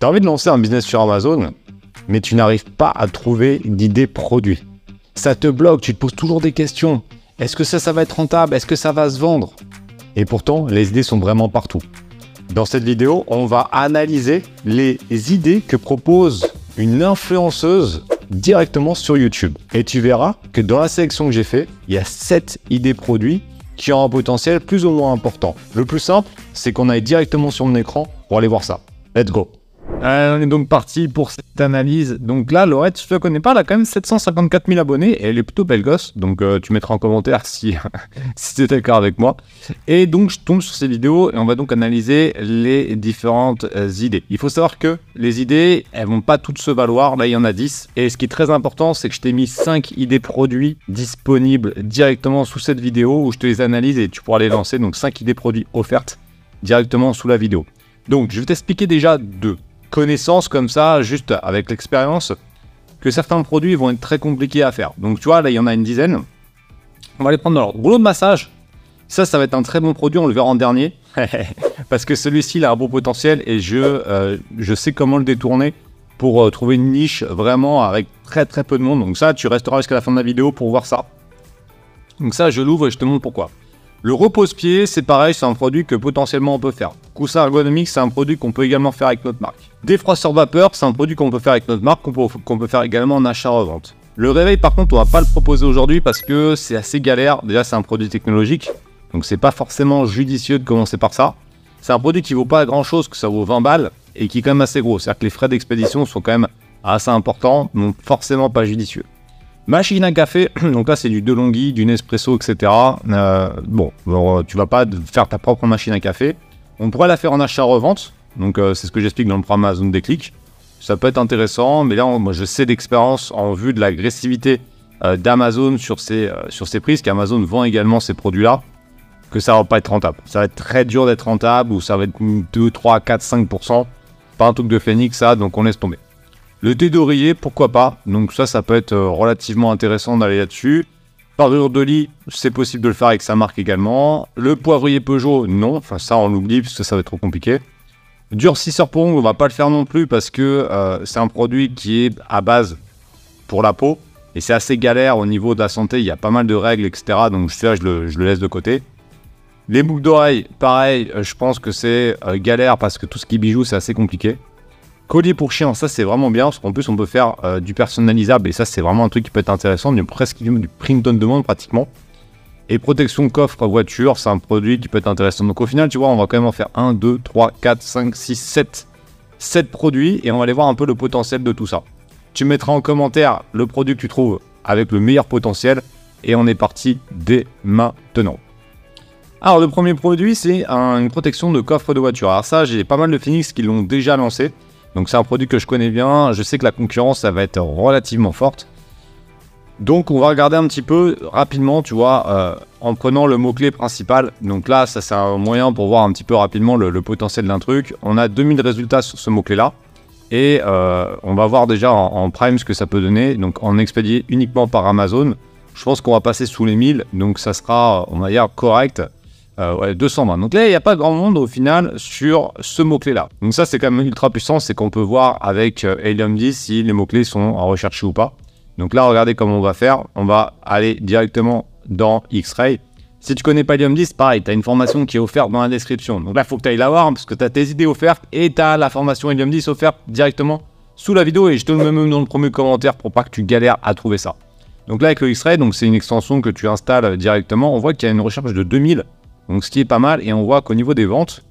Tu as envie de lancer un business sur Amazon, mais tu n'arrives pas à trouver d'idées produits. Ça te bloque, tu te poses toujours des questions. Est-ce que ça va être rentable? Est-ce que ça va se vendre? Et pourtant, les idées sont vraiment partout. Dans cette vidéo, on va analyser les idées que propose une influenceuse directement sur YouTube. Et tu verras que dans la sélection que j'ai fait, il y a 7 idées produits qui ont un potentiel plus ou moins important. Le plus simple, c'est qu'on aille directement sur mon écran pour aller voir ça. Let's go! On est donc parti pour cette analyse. Donc là, Laurette, je te connais pas, elle a quand même 754 000 abonnés et elle est plutôt belle gosse. Donc tu mettras en commentaire si tu es d'accord avec moi. Et donc je tombe sur ces vidéos et on va donc analyser les différentes idées. Il faut savoir que les idées, elles vont pas toutes se valoir. Là, il y en a 10. Et ce qui est très important, c'est que je t'ai mis 5 idées produits disponibles directement sous cette vidéo où je te les analyse et tu pourras les lancer. Donc 5 idées produits offertes directement sous la vidéo. Donc je vais t'expliquer déjà deux connaissances comme ça, juste avec l'expérience, que certains produits vont être très compliqués à faire. Donc tu vois, là il y en a une dizaine. On va les prendre dans l'ordre. Rouleau de massage, ça va être un très bon produit, on le verra en dernier. Parce que celui-ci, il a un bon potentiel et je sais comment le détourner pour trouver une niche vraiment avec très peu de monde. Donc ça, tu resteras jusqu'à la fin de la vidéo pour voir ça. Donc ça, je l'ouvre et je te montre pourquoi. Le repose-pied, c'est pareil, c'est un produit que potentiellement on peut faire. Coussin ergonomique, c'est un produit qu'on peut également faire avec notre marque. Défroisseur vapeur, c'est un produit qu'on peut faire avec notre marque, qu'on peut faire également en achat-revente. Le réveil, par contre, on va pas le proposer aujourd'hui parce que c'est assez galère. Déjà, c'est un produit technologique, donc c'est pas forcément judicieux de commencer par ça. C'est un produit qui vaut pas grand-chose, que ça vaut 20 balles et qui est quand même assez gros. C'est-à-dire que les frais d'expédition sont quand même assez importants, donc forcément pas judicieux. Machine à café, donc là c'est du DeLonghi, du Nespresso, etc. Bon, tu vas pas faire ta propre machine à café. On pourrait la faire en achat-revente, donc c'est ce que j'explique dans le programme Amazon Déclic. Ça peut être intéressant, mais là moi je sais d'expérience en vue de l'agressivité d'Amazon sur ses prix, parce qu'Amazon vend également ces produits-là, que ça va pas être rentable. Ça va être très dur d'être rentable, ou ça va être 2, 3, 4, 5%. Pas un truc de phénix ça, donc on laisse tomber. Le thé d'oreiller, pourquoi pas, donc ça peut être relativement intéressant d'aller là-dessus. Parure de lit, c'est possible de le faire avec sa marque également. Le poivrier Peugeot, non, enfin ça on l'oublie parce que ça va être trop compliqué. Durcisseur pour ongles, on va pas le faire non plus parce que c'est un produit qui est à base pour la peau. Et c'est assez galère au niveau de la santé, il y a pas mal de règles, etc. Donc je le laisse de côté. Les boucles d'oreilles, pareil, je pense que c'est galère parce que tout ce qui est bijoux, c'est assez compliqué. Collier pour chien, ça c'est vraiment bien, parce qu'en plus on peut faire du personnalisable, et ça c'est vraiment un truc qui peut être intéressant, presque du print on demand pratiquement. Et protection coffre voiture, c'est un produit qui peut être intéressant. Donc au final, tu vois, on va quand même en faire 1, 2, 3, 4, 5, 6, 7 produits, et on va aller voir un peu le potentiel de tout ça. Tu mettras en commentaire le produit que tu trouves avec le meilleur potentiel, et on est parti dès maintenant. Alors le premier produit, c'est une protection de coffre de voiture. Alors ça, j'ai pas mal de Phoenix qui l'ont déjà lancé. Donc c'est un produit que je connais bien, je sais que la concurrence ça va être relativement forte. Donc on va regarder un petit peu rapidement, tu vois, en prenant le mot-clé principal. Donc là, ça c'est un moyen pour voir un petit peu rapidement le potentiel d'un truc. On a 2000 résultats sur ce mot-clé là. Et on va voir déjà en prime ce que ça peut donner. Donc en expédié uniquement par Amazon, je pense qu'on va passer sous les 1000. Donc ça sera, on va dire, correct. Ouais, 220. Donc là, il n'y a pas grand monde au final sur ce mot-clé là. Donc ça, c'est quand même ultra puissant. C'est qu'on peut voir avec Helium 10 si les mots-clés sont à rechercher ou pas. Donc là, regardez comment on va faire. On va aller directement dans X-Ray. Si tu connais pas Helium 10, pareil, tu as une formation qui est offerte dans la description. Donc là, il faut que tu ailles la voir parce que tu as tes idées offertes et tu as la formation Helium 10 offerte directement sous la vidéo. Et je te le mets même dans le premier commentaire pour pas que tu galères à trouver ça. Donc là, avec le X-Ray, donc c'est une extension que tu installes directement. On voit qu'il y a une recherche de 2000. Donc ce qui est pas mal, et on voit qu'au niveau des ventes,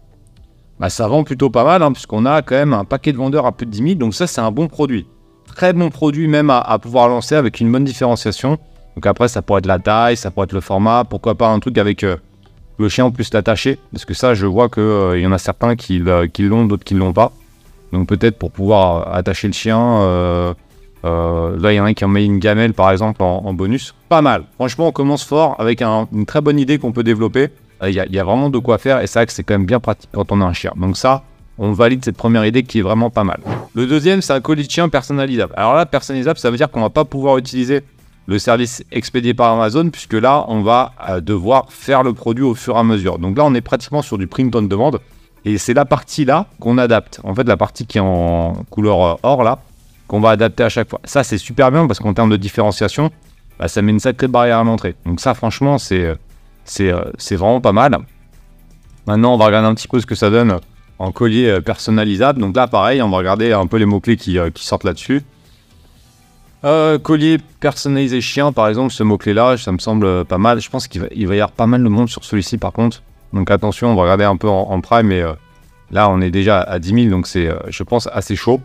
bah, ça vend plutôt pas mal, hein, puisqu'on a quand même un paquet de vendeurs à plus de 10 000, donc ça c'est un bon produit. Très bon produit même à pouvoir lancer avec une bonne différenciation. Donc après ça pourrait être la taille, ça pourrait être le format, pourquoi pas un truc avec le chien puisse l'attacher, parce que ça je vois qu'il y en a certains qui l'ont, d'autres qui ne l'ont pas. Donc peut-être pour pouvoir attacher le chien, là il y en a qui ont mis une gamelle par exemple en bonus. Pas mal, franchement on commence fort avec une très bonne idée qu'on peut développer. Il y a vraiment de quoi faire et c'est vrai que c'est quand même bien pratique quand on a un chien. Donc ça, on valide cette première idée qui est vraiment pas mal. Le deuxième, c'est un colis de chien personnalisable. Alors là, personnalisable, ça veut dire qu'on va pas pouvoir utiliser le service expédié par Amazon puisque là, on va devoir faire le produit au fur et à mesure. Donc là, on est pratiquement sur du print on demand. Et c'est la partie là qu'on adapte. En fait, la partie qui est en couleur or là, qu'on va adapter à chaque fois. Ça, c'est super bien parce qu'en termes de différenciation, bah, ça met une sacrée barrière à l'entrée. Donc ça, franchement, c'est vraiment pas mal. Maintenant, on va regarder un petit peu ce que ça donne en collier personnalisable. Donc là, pareil, on va regarder un peu les mots-clés qui sortent là-dessus. Collier personnalisé chien, par exemple, ce mot-clé-là, ça me semble pas mal. Je pense qu'il va y avoir pas mal de monde sur celui-ci, par contre. Donc attention, on va regarder un peu en prime, mais là, on est déjà à 10 000, donc c'est, je pense, assez chaud.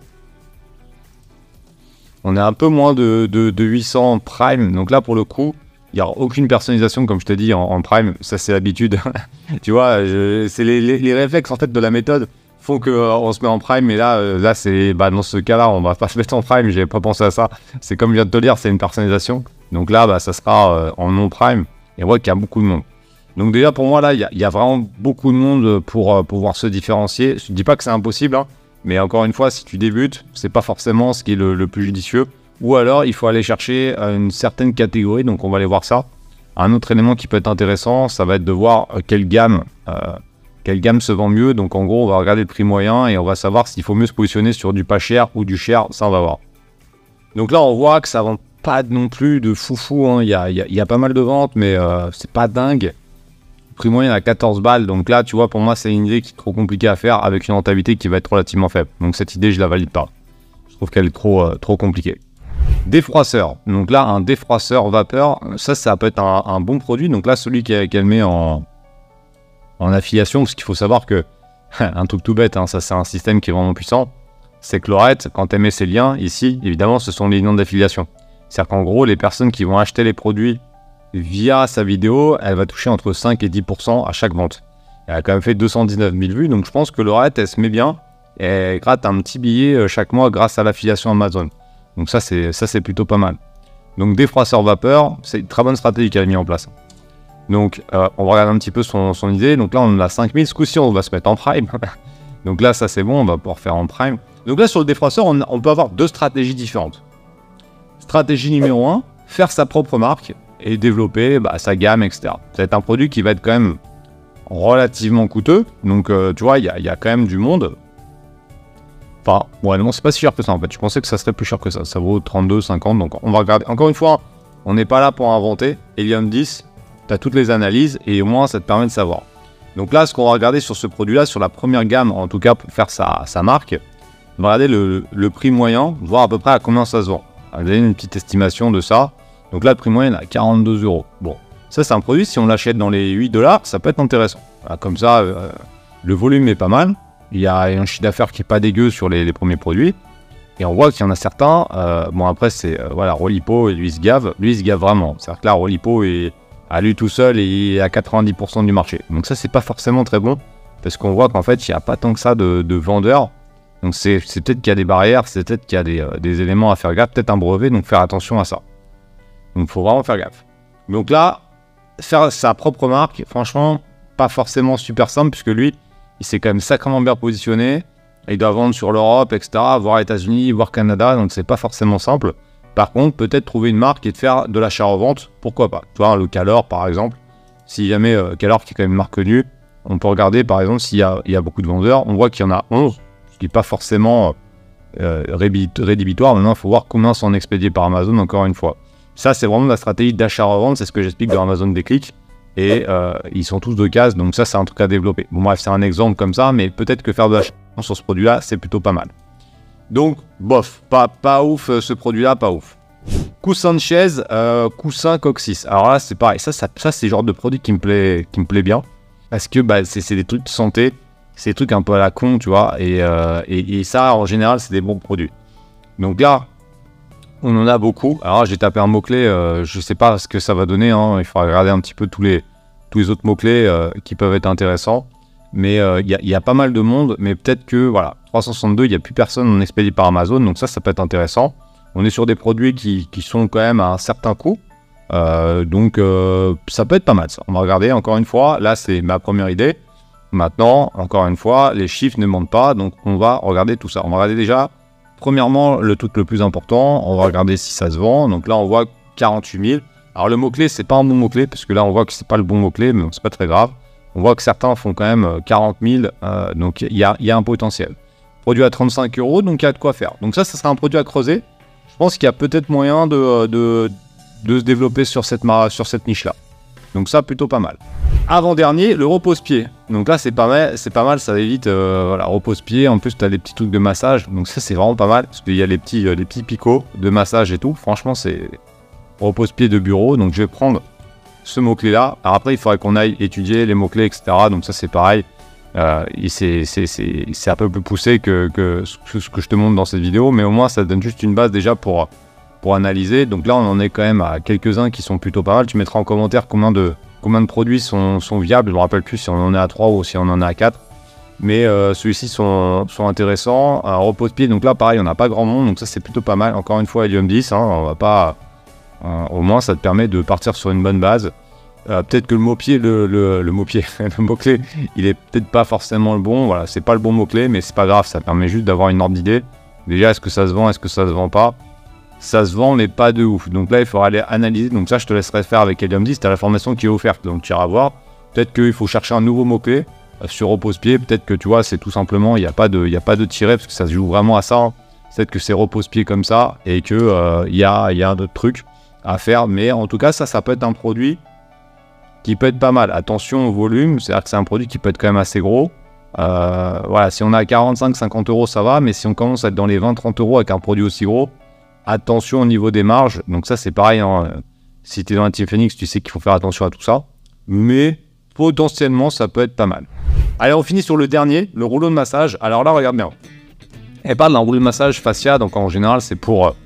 On est un peu moins de 800 en prime, donc là, pour le coup, il n'y aura aucune personnalisation, comme je t'ai dit, en prime. Ça, c'est l'habitude. Tu vois, c'est les réflexes, en fait, de la méthode font qu'on se met en prime, mais là c'est, dans ce cas-là, on va pas se mettre en prime, j'avais pas pensé à ça. C'est comme je viens de te le dire, c'est une personnalisation. Donc là, ça sera en non prime, et on voit qu'il y a beaucoup de monde. Donc déjà, pour moi, là, il y a vraiment beaucoup de monde pour pouvoir se différencier. Je dis pas que c'est impossible, hein, mais encore une fois, si tu débutes, c'est pas forcément ce qui est le plus judicieux. Ou alors, il faut aller chercher une certaine catégorie, donc on va aller voir ça. Un autre élément qui peut être intéressant, ça va être de voir quelle gamme se vend mieux. Donc en gros, on va regarder le prix moyen et on va savoir s'il faut mieux se positionner sur du pas cher ou du cher, ça on va voir. Donc là, on voit que ça vend pas non plus de foufou, hein. Il y a pas mal de ventes, mais c'est pas dingue. Le prix moyen à 14 balles, donc là, tu vois, pour moi, c'est une idée qui est trop compliquée à faire avec une rentabilité qui va être relativement faible. Donc cette idée, je la valide pas. Je trouve qu'elle est trop compliquée. Défroisseur. Donc là, un défroisseur vapeur, ça peut être un bon produit. Donc là, celui qu'elle met en affiliation, parce qu'il faut savoir que, un truc tout bête, hein, ça c'est un système qui est vraiment puissant, c'est que Laurette, quand elle met ses liens, ici, évidemment, ce sont les liens d'affiliation. C'est-à-dire qu'en gros, les personnes qui vont acheter les produits via sa vidéo, elle va toucher entre 5 et 10% à chaque vente. Elle a quand même fait 219 000 vues, donc je pense que Laurette, elle se met bien, et elle gratte un petit billet chaque mois grâce à l'affiliation Amazon. Donc ça, c'est plutôt pas mal. Donc défroisseur vapeur, c'est une très bonne stratégie qu'elle a mis en place. Donc on va regarder un petit peu son idée. Donc là, on a 5000. Ce coup-ci, on va se mettre en prime. Donc là, ça c'est bon, on va pouvoir faire en prime. Donc là, sur le défroisseur, on peut avoir deux stratégies différentes. Stratégie numéro 1, faire sa propre marque et développer sa gamme, etc. Ça va être un produit qui va être quand même relativement coûteux. Donc tu vois, il y a quand même du monde. Enfin, ouais, non, c'est pas si cher que ça en fait. Je pensais que ça serait plus cher que ça. Ça vaut 32,50. Donc on va regarder. Encore une fois, on n'est pas là pour inventer. Helium 10, tu as toutes les analyses et au moins ça te permet de savoir. Donc là, ce qu'on va regarder sur ce produit-là, sur la première gamme, en tout cas pour faire sa marque, on va regarder le prix moyen, voir à peu près à combien ça se vend. On va donner une petite estimation de ça. Donc là, le prix moyen est à 42 €. Bon, ça c'est un produit, si on l'achète dans les 8 $, ça peut être intéressant. Voilà, comme ça, le volume est pas mal. Il y a un chiffre d'affaires qui est pas dégueu sur les premiers produits. Et on voit qu'il y en a certains. Bon, après, c'est Rolipo et lui, il se gave. Lui, il se gave vraiment. C'est-à-dire que là, Rolipo est à lui tout seul et il est à 90% du marché. Donc, ça, c'est pas forcément très bon. Parce qu'on voit qu'en fait, il n'y a pas tant que ça de vendeurs. Donc, c'est peut-être qu'il y a des barrières. C'est peut-être qu'il y a des éléments à faire gaffe. Peut-être un brevet. Donc, faire attention à ça. Donc, il faut vraiment faire gaffe. Donc là, faire sa propre marque, franchement, pas forcément super simple. Puisque lui, il s'est quand même sacrément bien positionné. Il doit vendre sur l'Europe, etc., voire États-Unis, voire Canada, donc c'est pas forcément simple. Par contre, peut-être trouver une marque et de faire de l'achat-revente, pourquoi pas. Tu vois, le Calor, par exemple, si jamais Calor, qui est quand même une marque connue, on peut regarder, par exemple, s'il y a beaucoup de vendeurs. On voit qu'il y en a 11, ce qui n'est pas forcément rédhibitoire. Maintenant, il faut voir combien sont expédiés par Amazon, encore une fois. Ça, c'est vraiment la stratégie d'achat-revente, c'est ce que j'explique dans Amazon Déclic. Et ils sont tous de case, donc ça, c'est un truc à développer. Bon, bref, c'est un exemple comme ça, mais peut-être que faire de l'achat sur ce produit-là, c'est plutôt pas mal. Donc, bof, pas ouf, ce produit-là, pas ouf. Coussin de chaise, coussin coccyx. Alors là, c'est pareil, ça c'est le genre de produit qui me plaît bien. Parce que c'est des trucs de santé, c'est des trucs un peu à la con, tu vois, et ça, en général, c'est des bons produits. Donc là, on en a beaucoup. Alors j'ai tapé un mot-clé, je sais pas ce que ça va donner, hein. Il faudra regarder un petit peu tous les autres mots-clés qui peuvent être intéressants. Mais il y a pas mal de monde, mais peut-être que, voilà, 362, il n'y a plus personne en expédié par Amazon, donc ça peut être intéressant. On est sur des produits qui sont quand même à un certain coût, donc ça peut être pas mal, ça. On va regarder, encore une fois, là c'est ma première idée. Maintenant, encore une fois, les chiffres ne mentent pas, donc on va regarder tout ça. On va regarder déjà, premièrement, le truc le plus important, on va regarder si ça se vend. Donc là, on voit 48 000. Alors le mot-clé, c'est pas un bon mot-clé, parce que là, on voit que c'est pas le bon mot-clé, mais c'est pas très grave. On voit que certains font quand même 40 000, donc il y a un potentiel. Produit à 35 €, donc il y a de quoi faire. Donc ça serait un produit à creuser. Je pense qu'il y a peut-être moyen de se développer sur cette niche-là. Donc ça, plutôt pas mal. Avant-dernier, le repose-pied. Donc là, c'est pas mal, ça évite, voilà, repose-pied. En plus, tu as les petits trucs de massage. Donc ça, c'est vraiment pas mal, parce qu'il y a les petits picots de massage et tout. Franchement, c'est repose-pied de bureau. Donc je vais prendre ce mot-clé-là. Alors après, il faudrait qu'on aille étudier les mots-clés, etc. Donc ça, c'est pareil. C'est un peu plus poussé que ce que je te montre dans cette vidéo. Mais au moins, ça donne juste une base déjà pour analyser. Donc là, on en est quand même à quelques-uns qui sont plutôt pas mal. Tu mettras en commentaire combien de produits sont viables. Je me rappelle plus si on en est à 3 ou si on en est à 4. Mais ceux-ci sont intéressants. Un repose-pied, donc là, pareil, on n'a pas grand monde. Donc ça, c'est plutôt pas mal. Encore une fois, Helium 10, hein, on va pas... au moins, ça te permet de partir sur une bonne base. Peut-être que le mot-pied, le mot-clé, il est peut-être pas forcément le bon. Voilà, c'est pas le bon mot-clé, mais c'est pas grave. Ça permet juste d'avoir une ordre d'idée. Déjà, est-ce que ça se vend, est-ce que ça se vend pas? Ça se vend, mais pas de ouf. Donc là, il faudra aller analyser. Donc ça, je te laisserai faire avec Helium 10. Tu as la formation qui est offerte. Donc tu iras voir. Peut-être qu'il faut chercher un nouveau mot-clé sur repose-pied. Peut-être que tu vois, c'est tout simplement, il n'y a pas de tiret, parce que ça se joue vraiment à ça. Hein. Peut-être que c'est repose-pied comme ça et que il y a d'autres trucs à faire. Mais en tout cas, ça peut être un produit qui peut être pas mal. Attention au volume. C'est-à-dire que c'est un produit qui peut être quand même assez gros. Voilà, si on a 45-50 €, ça va. Mais si on commence à être dans les 20-30 € avec un produit aussi gros, attention au niveau des marges. Donc ça, c'est pareil. Hein. Si tu es dans la Team Phoenix, tu sais qu'il faut faire attention à tout ça. Mais potentiellement, ça peut être pas mal. Allez, on finit sur le dernier, le rouleau de massage. Alors là, regarde bien. Elle parle d'un rouleau de massage fascia. Donc en général, c'est pour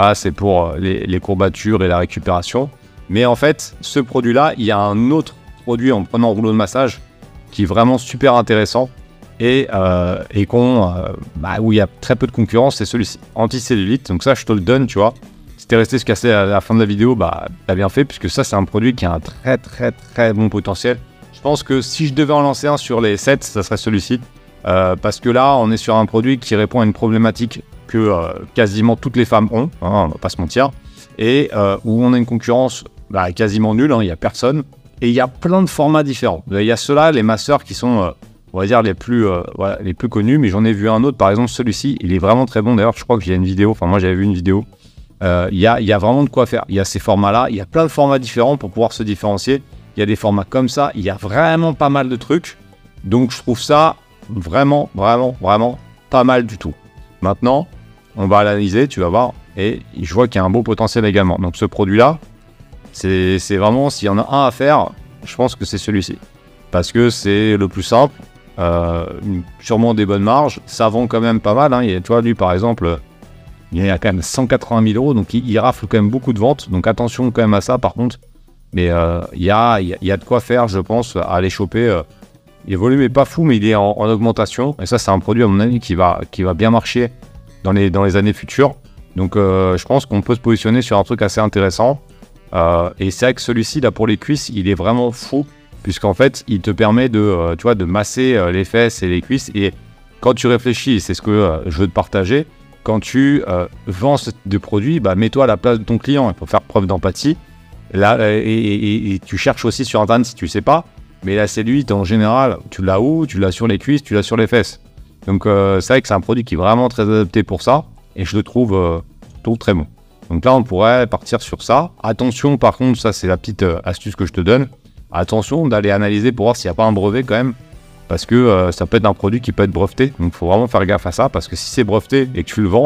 les courbatures et la récupération. Mais en fait, ce produit-là, il y a un autre produit en prenant rouleau de massage qui est vraiment super intéressant et où il y a très peu de concurrence, c'est celui-ci, anticellulite. Donc ça, je te le donne, tu vois. Si t'es resté jusqu'à la fin de la vidéo, t'as bien fait, puisque ça, c'est un produit qui a un très très très bon potentiel. Je pense que si je devais en lancer un sur les 7, ça serait celui-ci. Parce que là, on est sur un produit qui répond à une problématique que quasiment toutes les femmes ont, hein, on va pas se mentir, et où on a une concurrence quasiment nulle, il n'y a personne, et il y a plein de formats différents. Il y a ceux-là, les masseurs qui sont, on va dire, les plus connus, mais j'en ai vu un autre, par exemple celui-ci, il est vraiment très bon. D'ailleurs, je crois qu'il y a une vidéo, enfin moi j'avais vu une vidéo, il y a vraiment de quoi faire. Il y a ces formats-là, il y a plein de formats différents pour pouvoir se différencier. Il y a des formats comme ça, il y a vraiment pas mal de trucs, donc je trouve ça vraiment pas mal du tout. Maintenant, on va l'analyser, tu vas voir, et je vois qu'il y a un beau potentiel également. Donc ce produit-là, c'est vraiment, s'il y en a un à faire, je pense que c'est celui-ci. Parce que c'est le plus simple, sûrement des bonnes marges, ça vend quand même pas mal. Hein. Tu vois, lui par exemple, il y a quand même 180 000 €, donc il rafle quand même beaucoup de ventes. Donc attention quand même à ça par contre. Mais il y a de quoi faire, je pense, à aller choper. Le volume est pas fou, mais il est en augmentation. Et ça, c'est un produit à mon avis qui va bien marcher dans les années futures. Donc je pense qu'on peut se positionner sur un truc assez intéressant. Et c'est vrai que celui-ci, là, pour les cuisses, il est vraiment fou, puisqu'en fait, il te permet de masser les fesses et les cuisses. Et quand tu réfléchis, c'est ce que je veux te partager, quand tu vends ce type de produit, mets-toi à la place de ton client. Il faut faire preuve d'empathie. Là, et tu cherches aussi sur Internet si tu ne sais pas. Mais la cellulite, en général, tu l'as où? Tu l'as sur les cuisses, tu l'as sur les fesses. Donc, c'est vrai que c'est un produit qui est vraiment très adapté pour ça. Et je le trouve très bon. Donc là, on pourrait partir sur ça. Attention, par contre, ça, c'est la petite astuce que je te donne. Attention d'aller analyser pour voir s'il n'y a pas un brevet quand même. Parce que ça peut être un produit qui peut être breveté. Donc, il faut vraiment faire gaffe à ça. Parce que si c'est breveté et que tu le vends,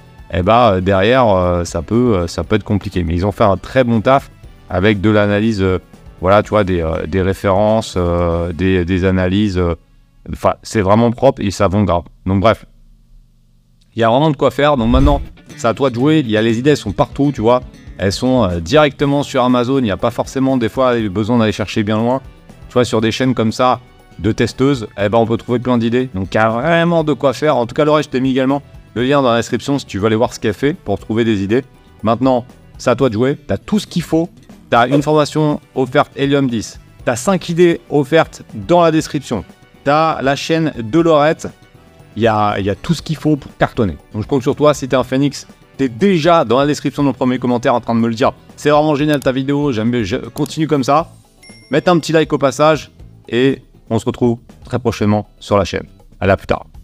derrière, ça peut être compliqué. Mais ils ont fait un très bon taf avec de l'analyse, tu vois, des références, des analyses. C'est vraiment propre et ça vend grave. Donc, bref. Il y a vraiment de quoi faire. Donc, maintenant, c'est à toi de jouer. Il y a les idées, elles sont partout, tu vois. Elles sont directement sur Amazon. Il n'y a pas forcément, des fois, besoin d'aller chercher bien loin. Tu vois, sur des chaînes comme ça, de testeuses, on peut trouver plein d'idées. Donc, il y a vraiment de quoi faire. En tout cas, Laurent, je t'ai mis également le lien dans la description si tu veux aller voir ce qu'elle fait pour trouver des idées. Maintenant, c'est à toi de jouer. Tu as tout ce qu'il faut. Tu as une formation offerte Helium 10. Tu as 5 idées offertes dans la description. Tu as la chaîne de Laurette. Il y a tout ce qu'il faut pour cartonner. Donc je compte sur toi. Si tu es un Phoenix, tu es déjà dans la description de mon premier commentaire en train de me le dire. C'est vraiment génial ta vidéo. J'aime bien. Continue comme ça. Mets un petit like au passage. Et On se retrouve très prochainement sur la chaîne. À la plus tard.